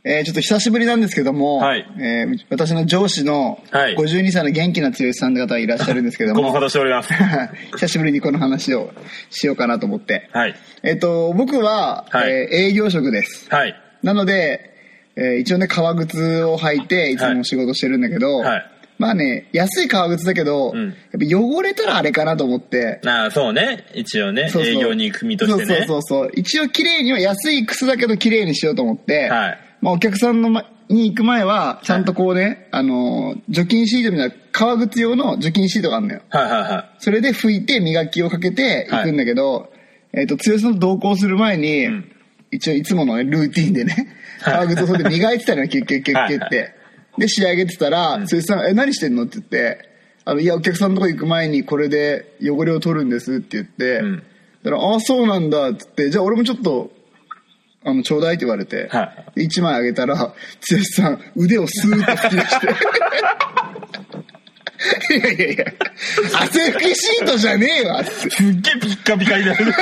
ちょっと久しぶりなんですけども、 はい私の上司の52歳の元気な剛さんって方がいらっしゃるんですけども、 ご無沙汰しております。 久しぶりにこの話をしようかなと思って。 はい。 僕は、 はい、 営業職です。 はい。 なので、一応ね、革靴を履いていつも仕事してるんだけど、 はい。 まあね、安い革靴だけど、やっぱ汚れたらあれかなと思って。 ああ、そうね。一応ね、営業に行く身としてね。 そう。一応綺麗には安い靴だけど綺麗にしようと思って、 はい。 まあお客さんのに行く前は、ちゃんとこうね、除菌シートみたいな、革靴用の除菌シートがあるのよ。 はいはいはい。 それで拭いて磨きをかけて行くんだけど、剛さんと同行する前に、一応いつもの、ね、ルーティーンでね、革靴をそれで磨いてたのよ、キュッキュッキュッキュッって。で、仕上げてたら、剛さん、何してんのって言って、いや、お客さんのとこ行く前にこれで汚れを取るんですって言って、だから、あ、そうなんだって言って、じゃあ俺もちょっと、ちょうだいって言われて、1枚あげたら、剛さん、腕をスーッと吹き出して。いや、汗拭きシートじゃねえわって。 すっげえピッカピカになる。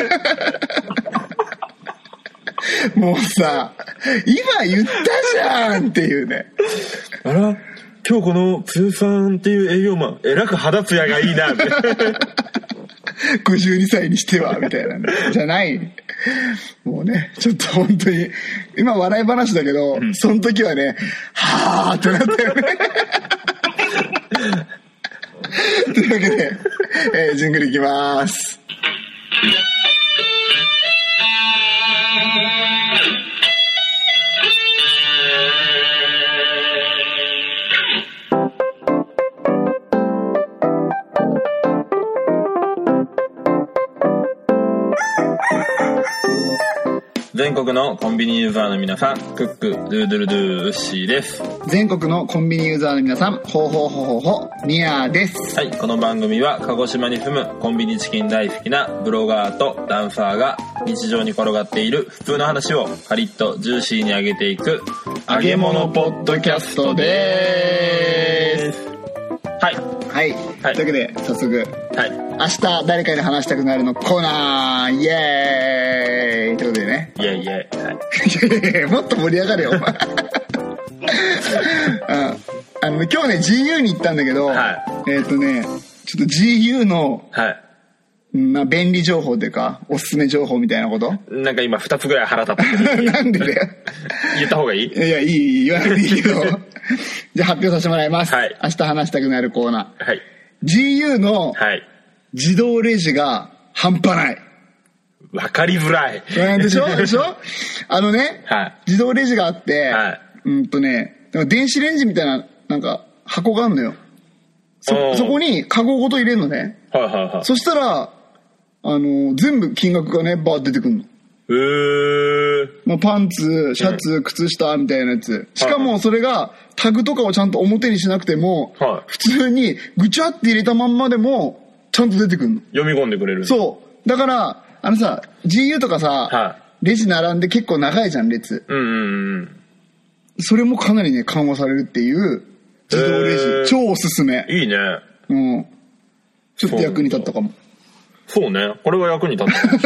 もうさ、今言ったじゃんっていうね。 あら、今日この剛さんっていう営業マン、えらく肌ツヤがいいなって。 52歳にしてはみたいな、ね、じゃない。もうね、ちょっと本当に今笑い話だけど、その時はね、はーってなったよね。というわけで、ジングルいきます。 全国のコンビニユーザーの皆さん、クック、ドゥードゥルドゥー、ウッシーです。 全国のコンビニユーザーの皆さん、ほうほうほほほ、ミヤです。 はい、この番組は鹿児島に住むコンビニチキン大好きなブロガーとダンサーが日常に転がっている普通の話をカリッとジューシーに上げていく揚げ物ポッドキャストでーす。はい。 はい。というわけで、早速、 はい。 明日誰かに話したくなるのコーナー、イエーイということでね。 イエイイエイ。 はい。もっと盛り上がれよ、お前。今日ね、GU に行ったんだけど、 はい、 ちょっと GU の、 はい。 まあ、便利情報というか、おすすめ情報みたいなことなんか今2つぐらい腹立ってる。 なんでだよ。 言った方がいい？ いや、いい、言わなくていいけど。じゃあ発表させてもらいます。 はい。 明日話したくなるコーナー。 はい。 GU の自動レジが半端ない。 わかりづらい。 でしょはい。自動レジがあって、 はい。 電子レンジみたいな、なんか、箱があるのよ。そこにカゴごと入れるのね。 はいはいはい。 そしたら、全部金額がね、バー出てくるの。まあ、パンツ、シャツ、靴下みたいなやつ。しかもそれがタグとかをちゃんと表にしなくても、普通にぐちゃって入れたまんまでもちゃんと出てくるの。 読み込んでくれる。 そう。だから、GU とかさ、レジ並んで結構長いじゃん、列。それもかなりね、緩和されるっていう自動レジ。超おすすめ。 いいね。 ちょっと役に立ったかも。 そうね。これは役に立った。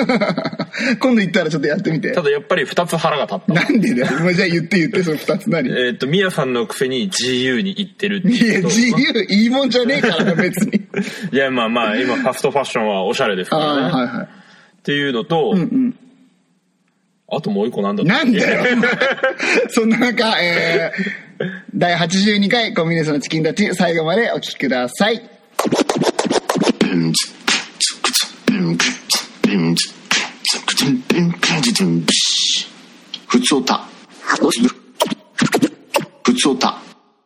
今度行ったらちょっとやってみて。 ただやっぱり2つ腹が立った。 なんでだよ。今じゃあ言って、その2つ何？ ミヤさんのくせに GU に行ってるっていう。いや、GU いいもんじゃねえからな、別に。 いや、まあ、今ファストファッションはおしゃれですからね。 はいはい。 っていうのと、あともう一個なんだったっけ？ なんだよ。そんな中、第82回コンビニエンスのチキンたち、最後までお聞きください。ふつおた。ふつおた。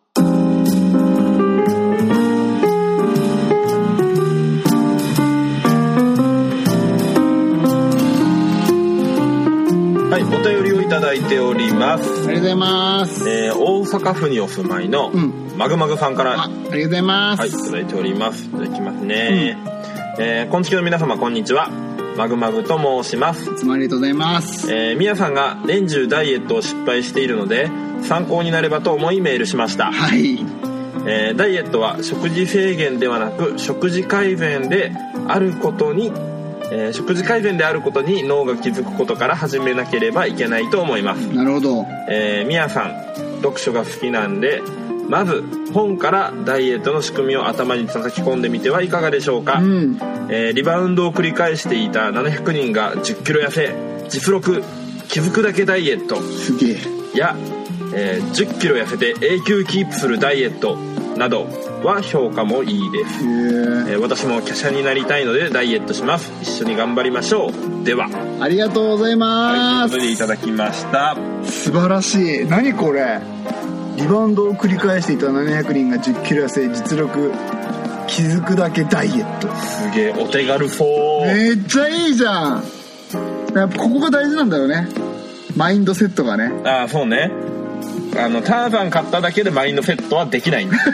はい、お便りをいただいております。 ありがとうございます。 大阪府にお住まいのマグマグさんから、 ありがとうございます。 はい、いただいております。いただきますね。こんちきの皆様、こんにちは。マグマグと申します。 いつもありがとうございます。 みやさんが年中ダイエットを失敗しているので参考になればと思いメールしました。 はい。 ダイエットは食事制限ではなく食事改善であることに食事改善であることに脳が気づくことから始めなければいけないと思います。 なるほど。 みやさん、読書が好きなんで、まず本からダイエットの仕組みを頭に叩き込んでみてはいかがでしょうか。リバウンドを繰り返していた700人が10キロ痩せ、実録気づくだけダイエットすげえや、10キロ痩せて永久キープするダイエットなどは評価もいいです。私も華奢になりたいのでダイエットします。一緒に頑張りましょう。では。 ありがとうございます。 ということでいただきました。 素晴らしい。何これ。リバウンドを繰り返していた700人が10キロ痩せ、実力気づくだけダイエット。 すげえお手軽そう。 めっちゃいいじゃん。やっぱここが大事なんだよね。マインドセットがね。 ああ、そうね。ターザン買っただけでマインドセットはできないんだ。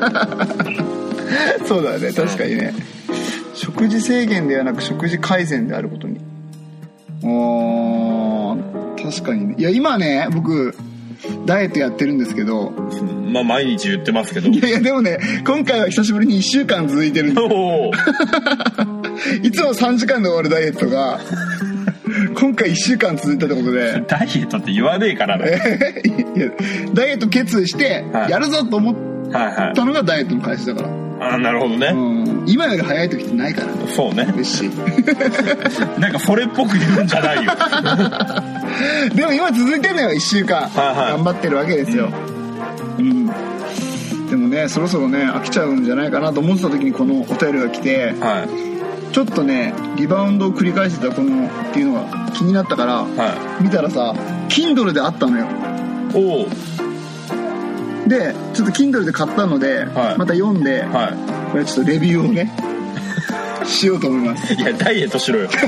そうだね、確かにね。食事制限ではなく食事改善であることに。確かにね。いや今ね、僕ダイエットやってるんですけど、 まあ毎日言ってますけど。 いやでもね、今回は久しぶりに1週間続いてるんですよ。いつも3時間で終わるダイエットが今回1週間続いたってことで。 ダイエットって言わねえからね。 いやダイエット決意してやるぞと思ったのがダイエットの開始だから。 ああ、なるほどね。 今より早い時ってないから。 そうね。 嬉しい。 なんかそれっぽく言うんじゃないよ。 でも今続いてんのよ、1週間。頑張ってるわけですよ。でもね、そろそろね飽きちゃうんじゃないかなと思ってた時にこのお便りが来て、ちょっとねリバウンドを繰り返してたこのっていうのが気になったから、見たらさ Kindle であったのよ。でちょっと Kindle で買ったので、また読んで、これちょっとレビューをねしようと思います。 いやダイエットしろよ。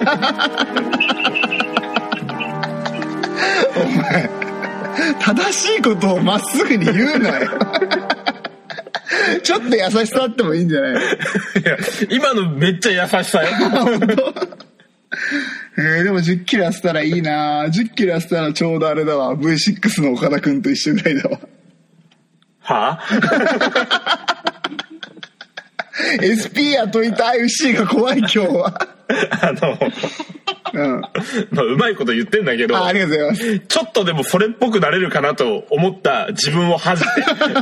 お前正しいことをまっすぐに言うなよ。ちょっと優しさあってもいいんじゃない？いや今のめっちゃ優しさよ。 でも10キロ痩せたらいいな。10キロ痩せたらちょうどあれだわ、 V6 の岡田くんと一緒ぐらいだわ。はSP 雇いたい FC が怖い今日は。 まあうまいこと言ってんだけど、 ありがとうございます。 ちょっとでもそれっぽくなれるかなと思った自分を恥じて。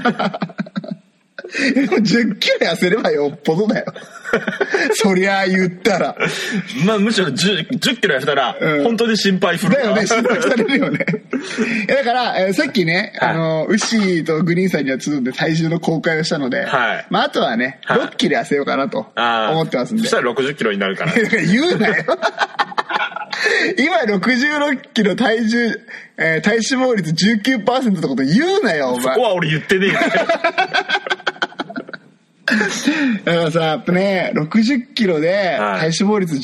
でも10キロ痩せればよっぽどだよ。そりゃ言ったら。 まあむしろ 10キロ痩せたら本当に心配する。 だよね、心配されるよね。だから、さっきね、ウッシーとグリーンさんには集んで体重の公開をしたので、まああとはね、6キロ痩せようかなと思ってますんで。 そしたら60キロになるから。 だから言うなよ。今66キロ体重、体脂肪率 19% ってこと言うなよ、お前。 そこは俺言ってねえよ。 だからさ、やっぱね、60キロで体脂肪率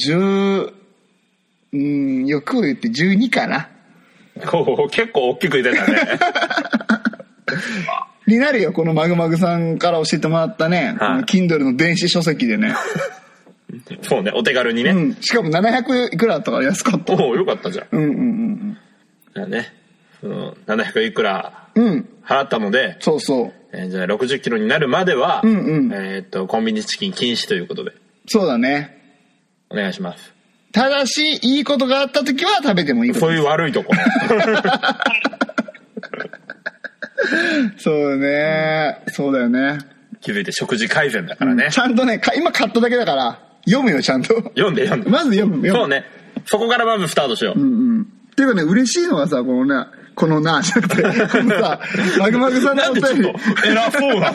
欲を言って12かな。 結構大きく出たね。 になるよ、このマグマグさんから教えてもらったね、この Kindle の電子書籍でね。 そうね、お手軽にね。 しかも700いくらだったから安かった。 よかったじゃん。じゃあね、700いくら払ったので、 そうそう。 じゃあ60キロになるまでは、コンビニチキン禁止ということで。 そうだね。 お願いします。 ただし、いいことがあったときは食べてもいいことです。 そういう悪いとこ。 そうね。そうだよね。 気づいて食事改善だからね。 ちゃんとね、今買っただけだから、読むよ、ちゃんと。 読んで。 まず読む。 そうね。そこからまずスタートしよう。 っていうかね、嬉しいのはさ、このな、じゃなくて、このさ、マグマグさんのお便り。 偉そうな。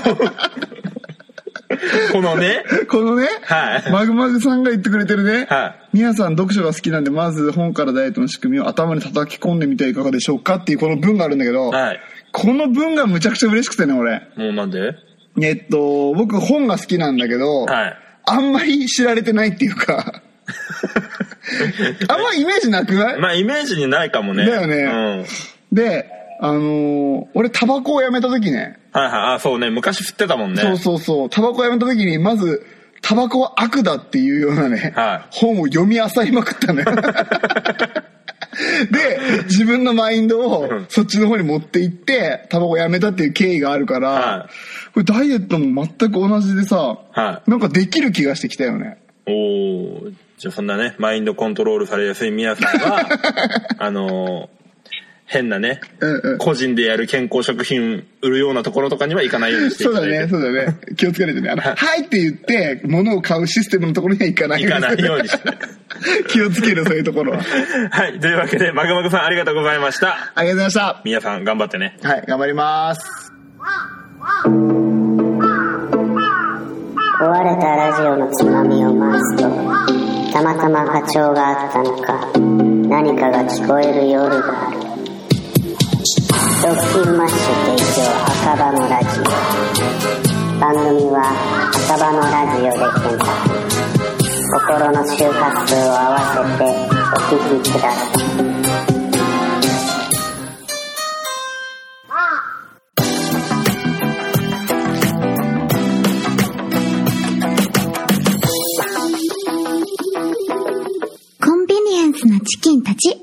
このね、 マグマグさんが言ってくれてるね、皆さん読書が好きなんで、まず本からダイエットの仕組みを頭に叩き込んでみてはいかがでしょうかっていうこの文があるんだけど、この文がむちゃくちゃ嬉しくてね、俺。 もうなんで？ 僕本が好きなんだけど、あんまり知られてないっていうか、あんまイメージなくない？ まあイメージにないかもね。 だよね。で、俺タバコをやめた時ね。 そうね、昔吸ってたもんね。 そう。タバコをやめた時に、まず、タバコは悪だっていうようなね、本を読み漁りまくったのよ。で、自分のマインドをそっちの方に持っていって、タバコをやめたっていう経緯があるから、これダイエットも全く同じでさ、なんかできる気がしてきたよね。 じゃあそんなね、マインドコントロールされやすい宮さんは、変なね、個人でやる健康食品売るようなところとかには行かないようにしていただいて。 そうだね。気をつけないとね。はいって言って、物を買うシステムのところには行かないようにして。行かないようにして。気をつける、そういうところは。 はい。というわけで、マグマグさんありがとうございました。 ありがとうございました。 宮さん頑張ってね。 はい、頑張ります。 壊れたラジオのつまみを回すと、たまたま波長があったのか、何かが聞こえる夜がある。ドッキンマッシュ提供赤羽のラジオ。番組は赤羽のラジオで検索。心の周波数を合わせてお聞きください。 コンビニエンスなチキンたち。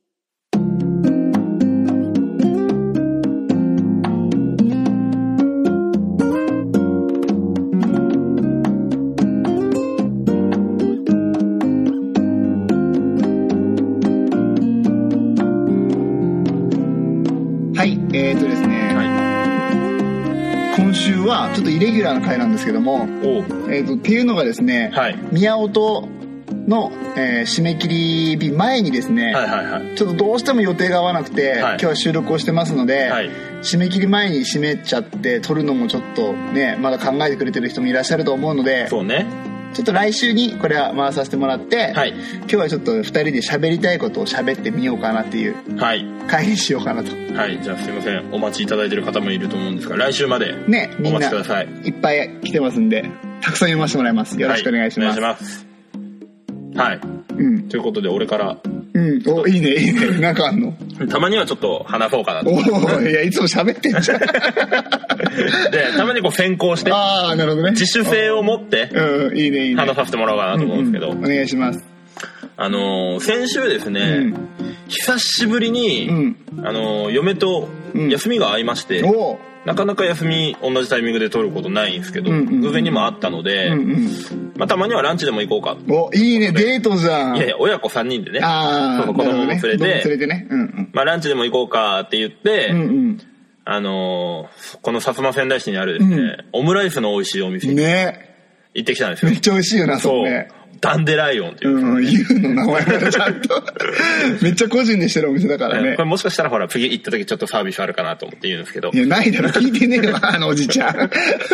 ですね、今週はちょっとイレギュラーな回なんですけども、っていうのがですね、宮音の、締め切り日前にですね、ちょっとどうしても予定が合わなくて、今日は収録をしてますので、締め切り前に締めちゃって撮るのもちょっとね、まだ考えてくれてる人もいらっしゃると思うので、 そうね、 ちょっと来週にこれは回させてもらって、今日はちょっと2人で喋りたいことを喋ってみようかなっていう会にしようかなと。 はい、じゃあすいません、お待ちいただいてる方もいると思うんですが、来週までお待ちください。 いっぱい来てますんで、たくさん読ませてもらいます。よろしくお願いします。 お願いします。はい、ということで俺からいいねなんかあんのたまにはちょっと話そうかなと。 いやいつも喋ってんじゃんでたまにこう先行して、 なるほどね、 自主性を持っていいね話させてもらおうかなと思うんですけど、 お願いします。 先週ですね、久しぶりに、嫁と休みが合いまして、なかなか休み同じタイミングで取ることないんですけど、偶然にもあったので、たまにはランチでも行こうか。 いいね、デートじゃん。 いやいや、親子3人でね、子供も連れてね、ランチでも行こうかって言って、この薩摩川内市にあるですね、オムライスの美味しいお店に行ってきたんですよ。 めっちゃ美味しいよな、そうね。 ダンデライオンっていう。 言うの名前がちゃんと。めっちゃ個人でしてるお店だからね。 これもしかしたらほら、次行った時ちょっとサービスあるかなと思って言うんですけど。 いや、ないだろ、聞いてねえわ、おじちゃん。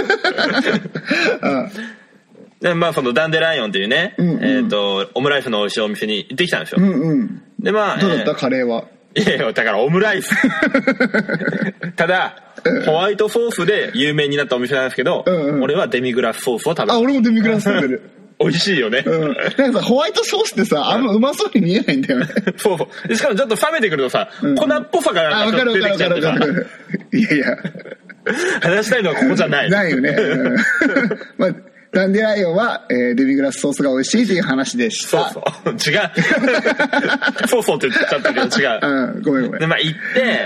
で、そのダンデライオンっていうね、オムライスの美味しいお店に行ってきたんですよ。で、どうだったカレーは。 いやいや、だからオムライス。ただ、ホワイトソースで有名になったお店なんですけど、俺はデミグラスソースを食べる。 俺もデミグラス食べる。 美味しいよね。 なんかさ、ホワイトソースってさ、あんまうまそうに見えないんだよね。 そうそう。しかもちょっと冷めてくるとさ、粉っぽさがなんかちょっと出てきちゃってさ。 いやいや。 話したいのはここじゃない。 ないよね。ダンデライオンは、デミグラスソースが美味しいという話でした。 そう。違う。そうって言っちゃったけど違う。ごめん。 で、行って、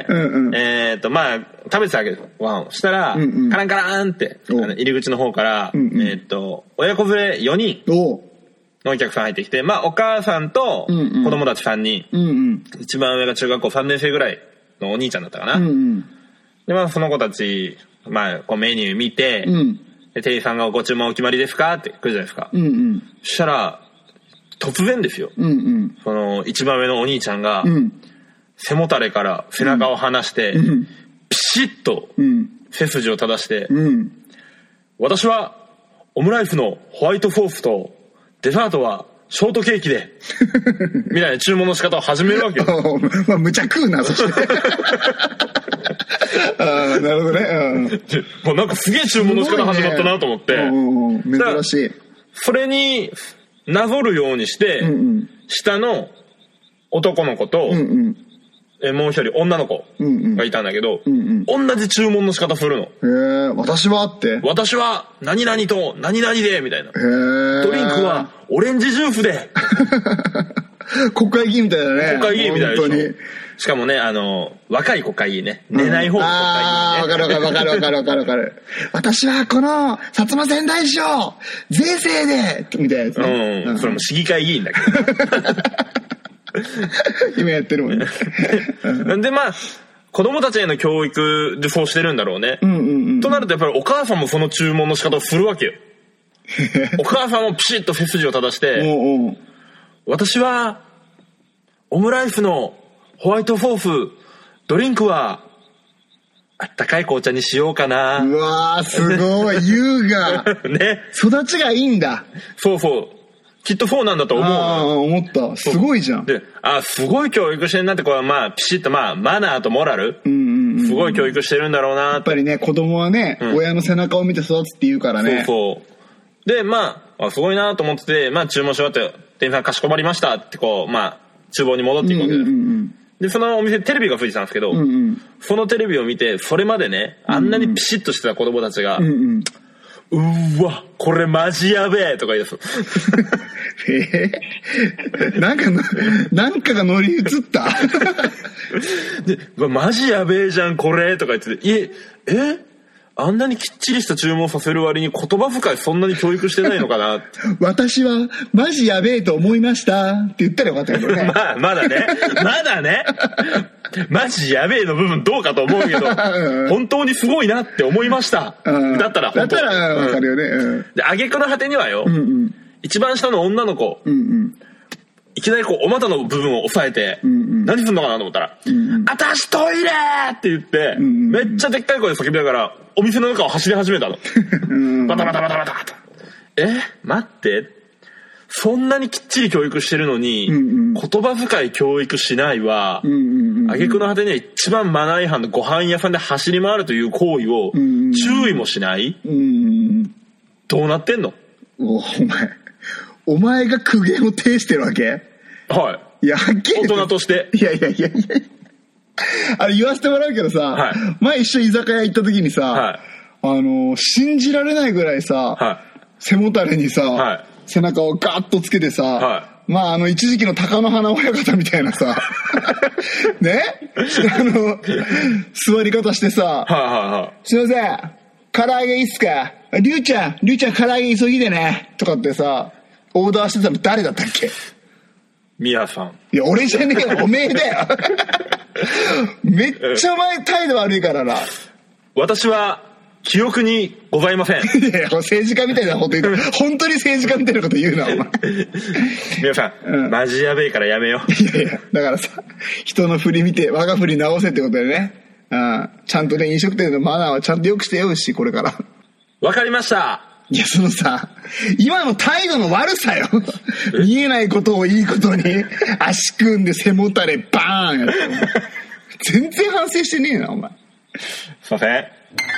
食べてたわけですよ、ご飯を。したら、カランカランって、入り口の方から、親子連れ4人のお客さん入ってきて、お母さんと子供たち3人、一番上が中学校3年生ぐらいのお兄ちゃんだったかな。で、その子たち、こうメニュー見て、で店員さんがご注文お決まりですかって来るじゃないですか。そしたら、突然ですよ。その一番上のお兄ちゃんが、背もたれから背中を離して、ピシッと背筋を正して、私はオムライスのホワイトソースとデザートはショートケーキでみたいな注文の仕方を始めるわけよ。 むちゃ食うな、そして。なるほどね。 もうなんかすげえ注文の仕方始まったなと思って。 珍しい。 それになぞるようにして、下の男の子と、もう一人女の子がいたんだけど、同じ注文の仕方するの。 私はって私は何々と何々でみたいな。ドリンクはオレンジジュースで。 国会議員みたいだね。 国会議員みたいでしょ。 しかもね、若い子がいいね。寝ない方の子がいいね。 ああ、わかる。私はこの、薩摩川内市を、税制で、みたいなやつね。 それも市議会議員だけど。 今やってるもんね。 で、まあ、子供たちへの教育でそうしてるんだろうね。となるとやっぱりお母さんもその注文の仕方をするわけよ。お母さんもピシッと背筋を正して、私は、オムライスのホワイトソース、ドリンクは、あったかい紅茶にしようかな。 うわー、すごい、優雅。 ね。 育ちがいいんだ。 そう。きっとそうなんだと思う。 思った。すごいじゃん。 で、すごい教育してるなって、これはまあ、ピシッとマナーとモラル、すごい教育してるんだろうな。 やっぱりね、子供はね、親の背中を見て育つって言うからね。 そう。で、まあ、すごいなと思ってて、まあ、注文し終わって、店員さんかしこまりましたって、こう、まあ、厨房に戻っていくわけです。で、そのお店テレビがついてたんですけど、そのテレビを見て、それまでね、あんなにピシッとしてた子供たちが、うわ、これマジやべえとか言い出す。 なんかが乗り移ったで、マジやべえじゃんこれとか言ってて、あんなにきっちりした注文させる割に言葉遣いそんなに教育してないのかな私はマジやべえと思いましたって言ったらよかったけどね。 まだねマジやべえの部分どうかと思うけど本当にすごいなって思いました、だったらわかるよね、 で挙句の果てにはよ、一番下の女の子、いきなりこうお股の部分を押さえて、何すんのかなと思ったら、あたしトイレって言って、めっちゃでっかい声で叫びながらお店の中を走り始めたの。バタバタと。待って。そんなにきっちり教育してるのに、言葉遣い教育しないは、挙句の果てには一番マナー違反のご飯屋さんで走り回るという行為を注意もしない、どうなってんの？ お前が苦言を呈してるわけ？ はい。 いや、はっきり。 大人として。 いや。あれ言わせてもらうけどさ、前一緒居酒屋行った時にさ、信じられないぐらいさ、背もたれにさ、背中をガーッとつけてさ、まあ一時期の貴乃花親方みたいなさ、ね、座り方してさ、すいません、唐揚げいいっすか？りゅうちゃん唐揚げ急ぎでね、とかってさ、オーダーしてたの誰だったっけ？ ミヤさん。 いや、俺じゃねえよ、おめえだよ。めっちゃお前態度悪いからな。 私は記憶にございません。 いや、政治家みたいなこと言う。本当に政治家みたいなこと言うな、お前。 皆さん、マジやべえからやめよう。 いや、だからさ、人の振り見て、我が振り直せってことでね。ちゃんとね、飲食店のマナーはちゃんと良くしてよし、これから。 わかりました。 いや、そのさ、今の態度の悪さよ。見えないことをいいことに、足組んで背もたれバーンやって。全然反省してねえな、お前。 すいません。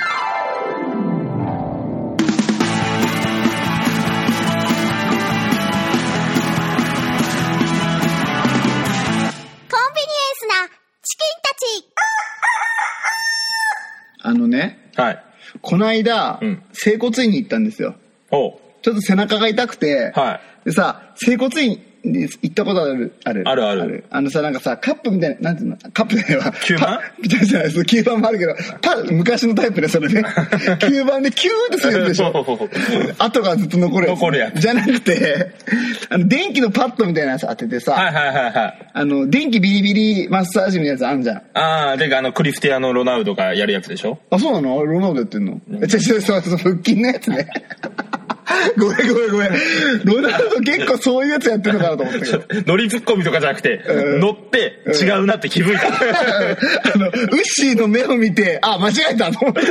はい。 この間、整骨院に行ったんですよ。ちょっと背中が痛くて、でさ、整骨院に行ったことある？ ある。 さ、なんかさ、カップみたいな、なんていうの？カップでは。 吸盤みたいな、吸盤もあるけど、昔のタイプでそれね。吸盤でキューってするでしょ。跡がずっと残るやつ。じゃなくて、電気のパッドみたいなやつ当ててさ、電気ビリビリマッサージみたいなやつあんじゃん。 で、クリスティアーノ・ロナウドがやるやつでしょ？ あ、そうなの？ロナウドやってんの？そう、腹筋のやつね。ごめん。ロナウド結構そういうやつやってるのかなと思ったけど。 乗りツッコミとかじゃなくて、乗って違うなって気づいた。 ウッシーの目を見て、間違えたと思った。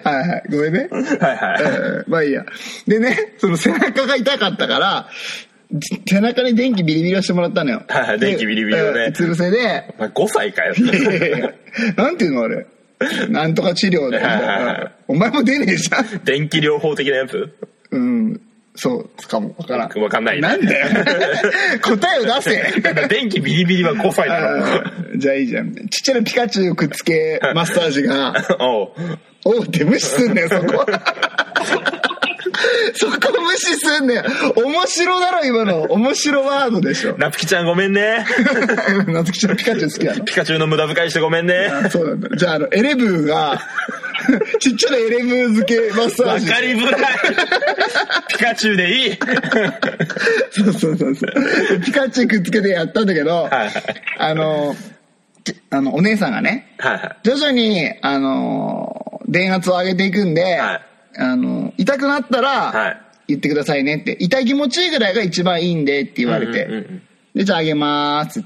はい、ごめんね。まあいいや。でね、その背中が痛かったから、背中に電気ビリビリをしてもらったのよ。 電気ビリビリをね。 つるせで。 5歳かよ。 なんていうのあれ。なんとか治療で。お前も出ねえじゃん。 電気療法的なやつ？ そうかも。 わかんない。 なんだよ。答えを出せ。 電気ビリビリは5歳だろ。 じゃあいいじゃん。ちっちゃなピカチュウくっつけマッサージが。おうって無視すんだよ、そこ。 そこ無視すんねよ。面白だろ、今の。面白ワードでしょ。 なつきちゃんごめんね。 なつきちゃんピカチュウ好きなの？ ピカチュウの無駄遣いしてごめんね。 あ、そうなんだ。じゃあ、エレブーが、ちっちゃなエレブー漬けマッサージ。 わかりづらい。ピカチュウでいい。 そう。ピカチュウくっつけてやったんだけど、はいはい、お姉さんがね、はいはい、徐々に、電圧を上げていくんで、はい、痛くなったら、言ってくださいねって、痛い気持ちいいぐらいが一番いいんでって言われて、で、じゃあ上げまーすって、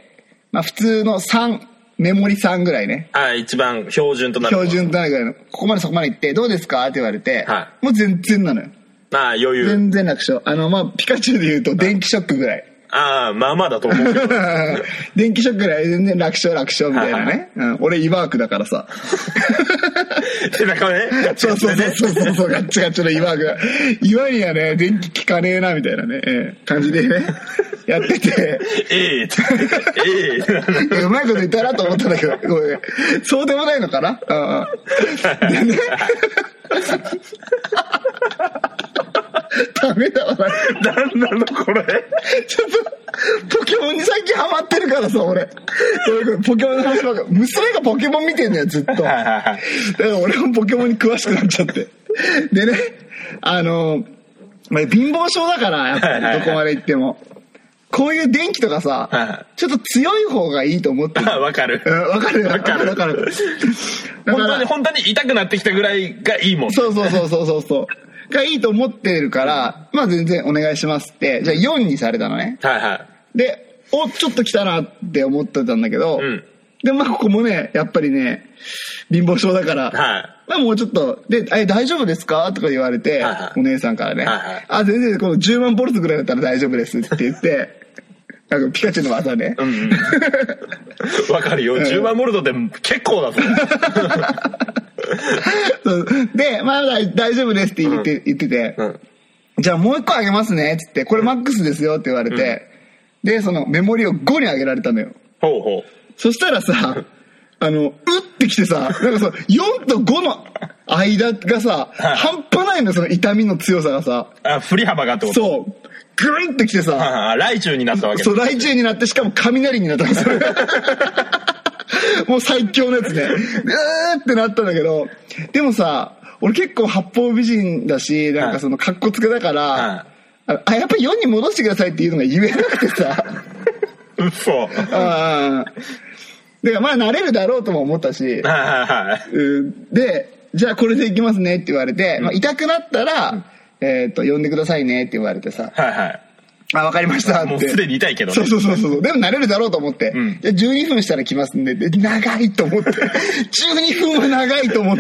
まあ普通の3、メモリ3ぐらいね。 一番標準となる。 標準となるぐらいの。ここまでそこまで行って、どうですかって言われて、はい、もう全然なのよ。 余裕。 全然楽勝。ピカチュウで言うと電気ショックぐらい。 まあだと思うけど。 電気ショックぐらい全然楽勝みたいなね。俺イワークだからさ。 背中ね。 そう、ガッチガチのイワーク。岩にはね、電気効かねえな、みたいなね、感じでね、やってて。うまいこと言ったなと思ったんだけど、ごめん。そうでもないのかな？でね。ダメだわ。 なんなのこれ。 ちょっと、ポケモンに最近ハマってるからさ、俺。ポケモンの話ばっか。娘がポケモン見てんのよ、ずっと。だから俺もポケモンに詳しくなっちゃって。でね、貧乏症だから、やっぱりどこまで行っても。こういう電気とかさ、ちょっと強い方がいいと思ってる。 わかる。 わかる。 本当に痛くなってきたぐらいがいいもん。 そう。がいいと思ってるから、まあ全然お願いしますって、じゃあ4にされたのね。 はいはい。 で、ちょっと来たなって思ってたんだけど、で、まあここもね、やっぱりね、貧乏症だから、まあもうちょっと、で、大丈夫ですかとか言われて、お姉さんからね、全然この10万ボルトぐらいだったら大丈夫ですって言って、ピカチュウの技ね。 わかるよ。10万ボルトって結構だぞ。 で、まあ大丈夫ですって言ってて、じゃあもう一個あげますねってって、これマックスですよって言われて、で、そのメモリを5に上げられたのよ。そしたらさ、うってきてさ、なんかその4と5の間がさ、半端ないのよ、その痛みの強さがさ。 振り幅がってこと？ そう。グルンってきてさ、 雷中になったわけだ。 そう、雷中になって、しかも雷になったんですよ。もう最強のやつね。ってなったんだけど、でもさ、俺結構八方美人だし、なんかそのカッコつけだから、やっぱり4に戻してくださいっていうのが言えなくてさ。 嘘。 だからまあ慣れるだろうとも思ったし、で、じゃあこれでいきますねって言われて、まあ、痛くなったら、呼んでくださいねって言われてさ。わかりましたって。 もうすでに痛いけどね。 そう。でも慣れるだろうと思って。で、12分したら来ますんで、長いと思って。12分は長いと思って。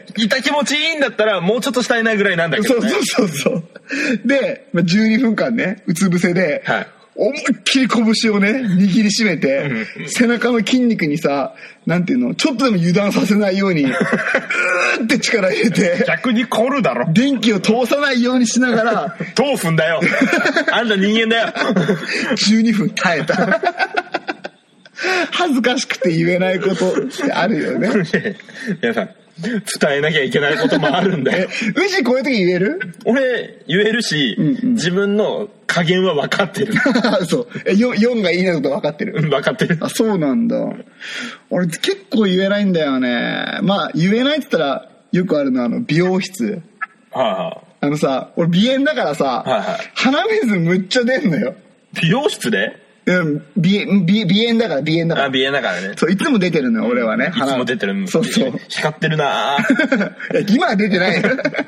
痛気持ちいいんだったら、もうちょっとしたいなぐらいなんだけどね。 そう。で、12分間ね、うつ伏せで、思いっきり拳をね、握りしめて、背中の筋肉にさ、なんていうの、ちょっとでも油断させないように、って力入れて、 逆に凝るだろ。 電気を通さないようにしながら、 通すんだよ。あんた人間だよ。 12分耐えた。恥ずかしくて言えないことってあるよね。 皆さん、伝えなきゃいけないこともあるんだよ。 うちこういう時言える？ 俺言えるし、自分の加減は分かってる。 そう。4がいいなこと分かってる。 分かってる。 あ、そうなんだ。俺結構言えないんだよね。まあ言えないって言ったらよくあるのは美容室。さ、俺鼻炎だからさ、鼻水むっちゃ出んのよ。 美容室で？ 鼻炎だから。 鼻炎だからね。 そう、いつも出てるのよ、俺はね。 いつも出てる。 そう。 光ってるなぁ。今は出てないよ。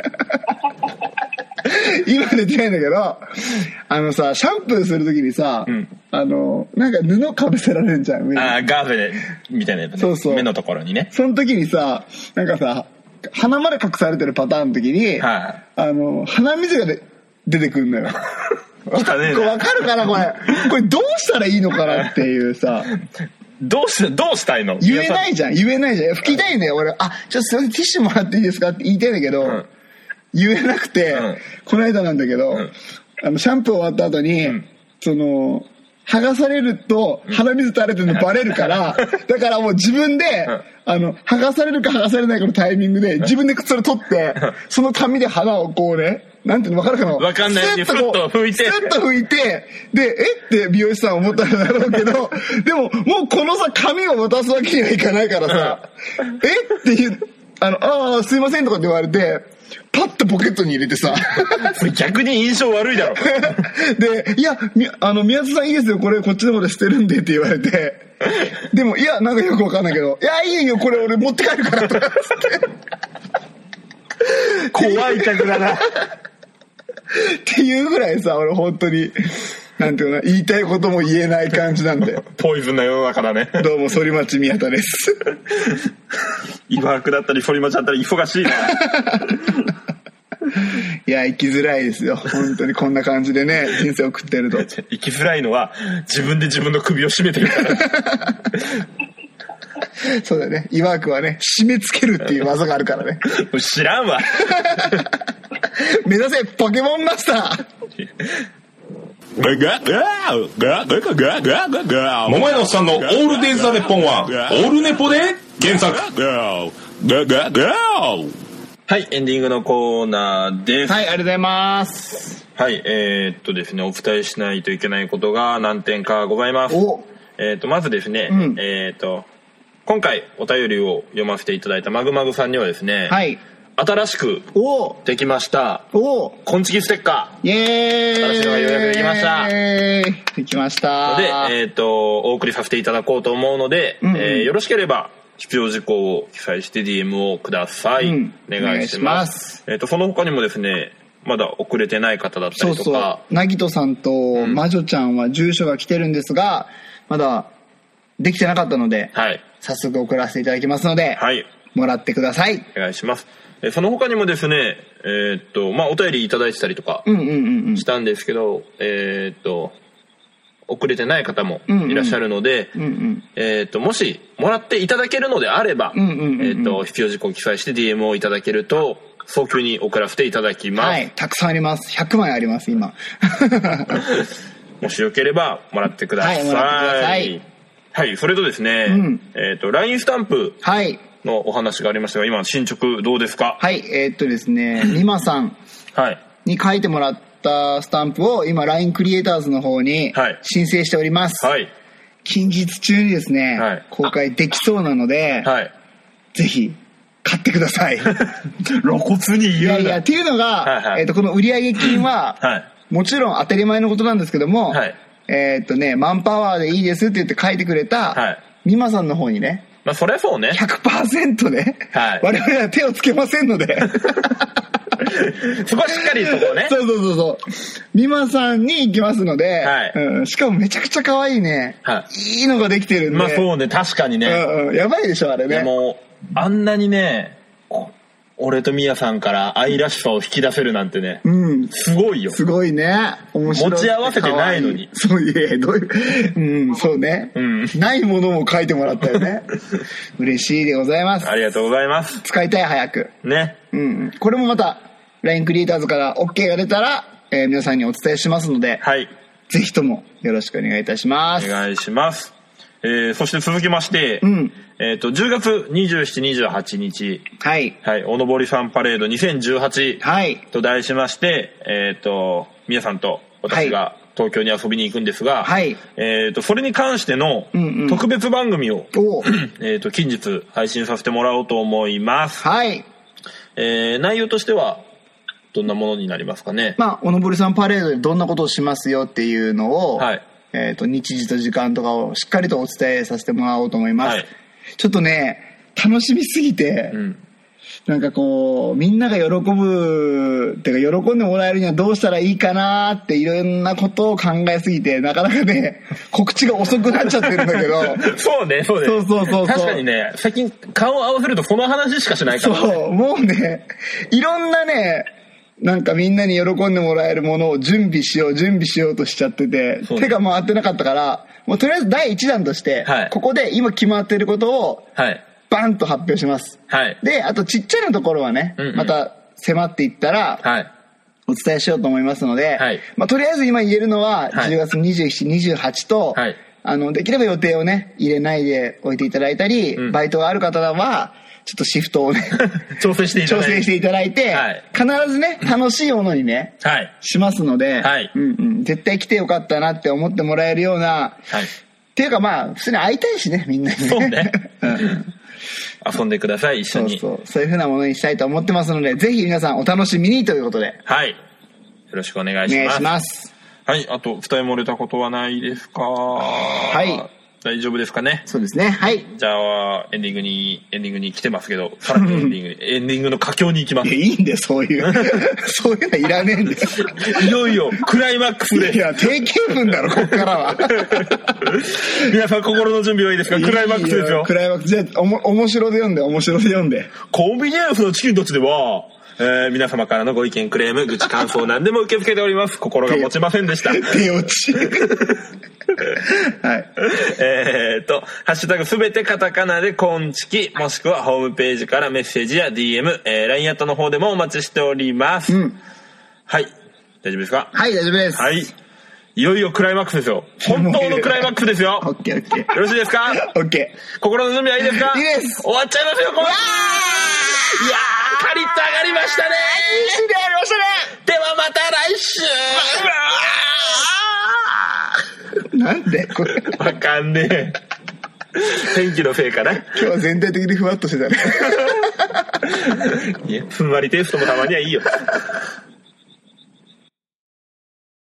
今は出てないんだけど、さ、シャンプーするときにさ、なんか布かぶせられんじゃん。 ガーゼみたいなやつね。そう。目のところにね。 その時にさ、なんかさ、鼻まで隠されてるパターンの時に、鼻水が出てくるんだよ。わかるかなこれどうしたらいいのかなっていうさ。 どうしたいの？ 言えないじゃん。拭きたいんだよ、俺。ちょっとすいません、ティッシュもらっていいですかって言いたいんだけど、言えなくて、この間なんだけど、シャンプー終わった後に、剥がされると鼻水垂れてるのバレるから、だからもう自分で、剥がされるか剥がされないかのタイミングで、自分でそれ取って、その紙で鼻をこうね、 なんていうの分かるかな、 わかんない。 スッと拭いて、で、って美容師さん思ったんだろうけど、でも、もうこのさ、髪を渡すわけにはいかないからさ、っていう、すいませんとかって言われて、パッとポケットに入れてさ逆に印象悪いだろで、いや、宮津さんいいですよ、これこっちの方で捨てるんでって言われて、でも、いや、なんかよくわかんないけど、いや、いいよ、これ俺持って帰るからとか怖い客だなっていうぐらいさ、俺本当に、なんていうの、言いたいことも言えない感じなんだよ。 ポイズンな世の中だね。 どうも、反町宮田です。 岩区だったり反町だったり忙しいな。 いや、生きづらいですよ。本当にこんな感じでね、人生を送ってると。 生きづらいのは、自分で自分の首を絞めてるから。 そうだね。岩区はね、締め付けるっていう技があるからね。 知らんわ。 目指せ、ポケモンマスター。 桃屋のおっさんのオールデイズ・ザ・ネッポンはオールネポで原作。はい、エンディングのコーナーです。 はい、ありがとうございます。 はい、ですね、お伝えしないといけないことが何点かございます。まずですね、今回お便りを読ませていただいたマグマグさんにはですね、はい、新しくできましたコンチキステッカー、イエーイ、新しいのがようやくできました。 できましたので、お送りさせていただこうと思うので、よろしければ必要事項を記載して DM をください。お願いします。その他にもですね、まだ遅れてない方だったりとか、 なぎとさんと魔女ちゃんは住所が来てるんですが、まだできてなかったので、はい、早速送らせていただきますので、はい、もらってください。 お願いします。その他にもですね、お便りいただいてたりとかしたんですけど、遅れてない方もいらっしゃるので、もしもらっていただけるのであれば、必要事項を記載して DM をいただけると早急に送らせていただきます。はい、 たくさんあります。100枚あります今。 もしよければもらってください。はい、もらってください。はい、それとですね、LINE スタンプのお話がありましたが、今進捗どうですか？ はい、ですね、みまさんに書いてもらったスタンプを今 LINE クリエイターズの方に申請しております。はい、近日中にですね、はい、公開できそうなので、はい、ぜひ買ってください。 露骨に言うな。 いやいや、っていうのが、はいはい、この売上金は、はい、もちろん当たり前のことなんですけども、はい、マンパワーでいいですって言って書いてくれた、はい、美馬さんの方にね、 まあそりゃそうね。 100% ね、はい、我々は手をつけませんので。 そこはしっかりとこうね。 そう。美馬さんに行きますので、はい、しかもめちゃくちゃ可愛いね、はい、いいのができてるんで。 まあそうね、確かにね。 やばいでしょ、あれね。 でも、あんなにね、俺とミヤさんから愛らしさを引き出せるなんてね、すごいよ。 すごいね。面白い。 持ち合わせてないのに。 そういえ、どういう、そうね、ないものも書いてもらったよね。嬉しいでございます。 ありがとうございます。 使いたい、早く。ね。これもまた、LINE クリエイターズから OK が出たら、皆さんにお伝えしますので、はい。ぜひともよろしくお願いいたします。 お願いします。そして続きまして、10月27、28日、はい。はい。おのぼりさんパレード2018、はい。と題しまして、皆さんと私が東京に遊びに行くんですが、はい。それに関しての特別番組を、近日配信させてもらおうと思います。はい。内容としては、どんなものになりますかね。 まあ、おのぼりさんパレードでどんなことをしますよっていうのを、はい。日時と時間とかをしっかりとお伝えさせてもらおうと思います。はい、ちょっとね、楽しみすぎて、なんかこう、みんなが喜ぶ、ってか喜んでもらえるにはどうしたらいいかなっていろんなことを考えすぎて、なかなかね、告知が遅くなっちゃってるんだけど。 そうね。そう確かにね、最近顔を合わせるとこの話しかしないから、ね。そう、 もうね、いろんなね、なんかみんなに喜んでもらえるものを準備しようとしちゃってて、手が回ってなかったから、もうとりあえず第1弾として、はい、ここで今決まっていることを、バンと発表します。はい、で、あとちっちゃなところはね、また迫っていったら、お伝えしようと思いますので、はい、まあ、とりあえず今言えるのは、10月27、28と、できれば予定をね、入れないでおいていただいたり、バイトがある方は、 ちょっとシフトをね調整していただいて、はい、必ずね楽しいものにね、はい、しますので、はい、絶対来てよかったなって思ってもらえるような、はい、っていうかまあ普通に会いたいしねみんなにね。 そうね。遊んでください一緒に。 そういう風なものにしたいと思ってますので、ぜひ皆さんお楽しみにということで。 はい。よろしくお願いします。お願いします。はい。あと二重漏れたことはないですか？はい。大丈夫ですかね。 そうですね。はい。 じゃあエンディングに来てますけど、さらにエンディングの佳境に行きます。 いいんでそういうそういうのいらねえんです。 いよいよクライマックスで。 いや定型文だろこっからは。 皆さん心の準備はいいですか？クライマックスですよ。 クライマックスじゃあ面白で読んで。 コンビニエンスのチキンたちでは。皆様からのご意見クレーム愚痴感想何でも受け付けております。心が持ちませんでした。 手落ち。はい。 ハッシュタグすべてカタカナでコンチキ、もしくはホームページからメッセージや DM、LINE アットの方でもお待ちしております。はい。大丈夫ですか？ はい、大丈夫です。 はい。いよいよクライマックスですよ。本当のクライマックスですよ。 オッケー。よろしいですか？ オッケー。心の準備はいいですか？ いいです。 終わっちゃいますよ、これ。いやー、カリッと上がりましたね。 いいシーンでやりましたね。 ではまた来週。 なんでこれ。 わかんねえ。天気のせいかな。今日は全体的にふわっとしてたね。 いや、ふんわりテイストもたまにはいいよ。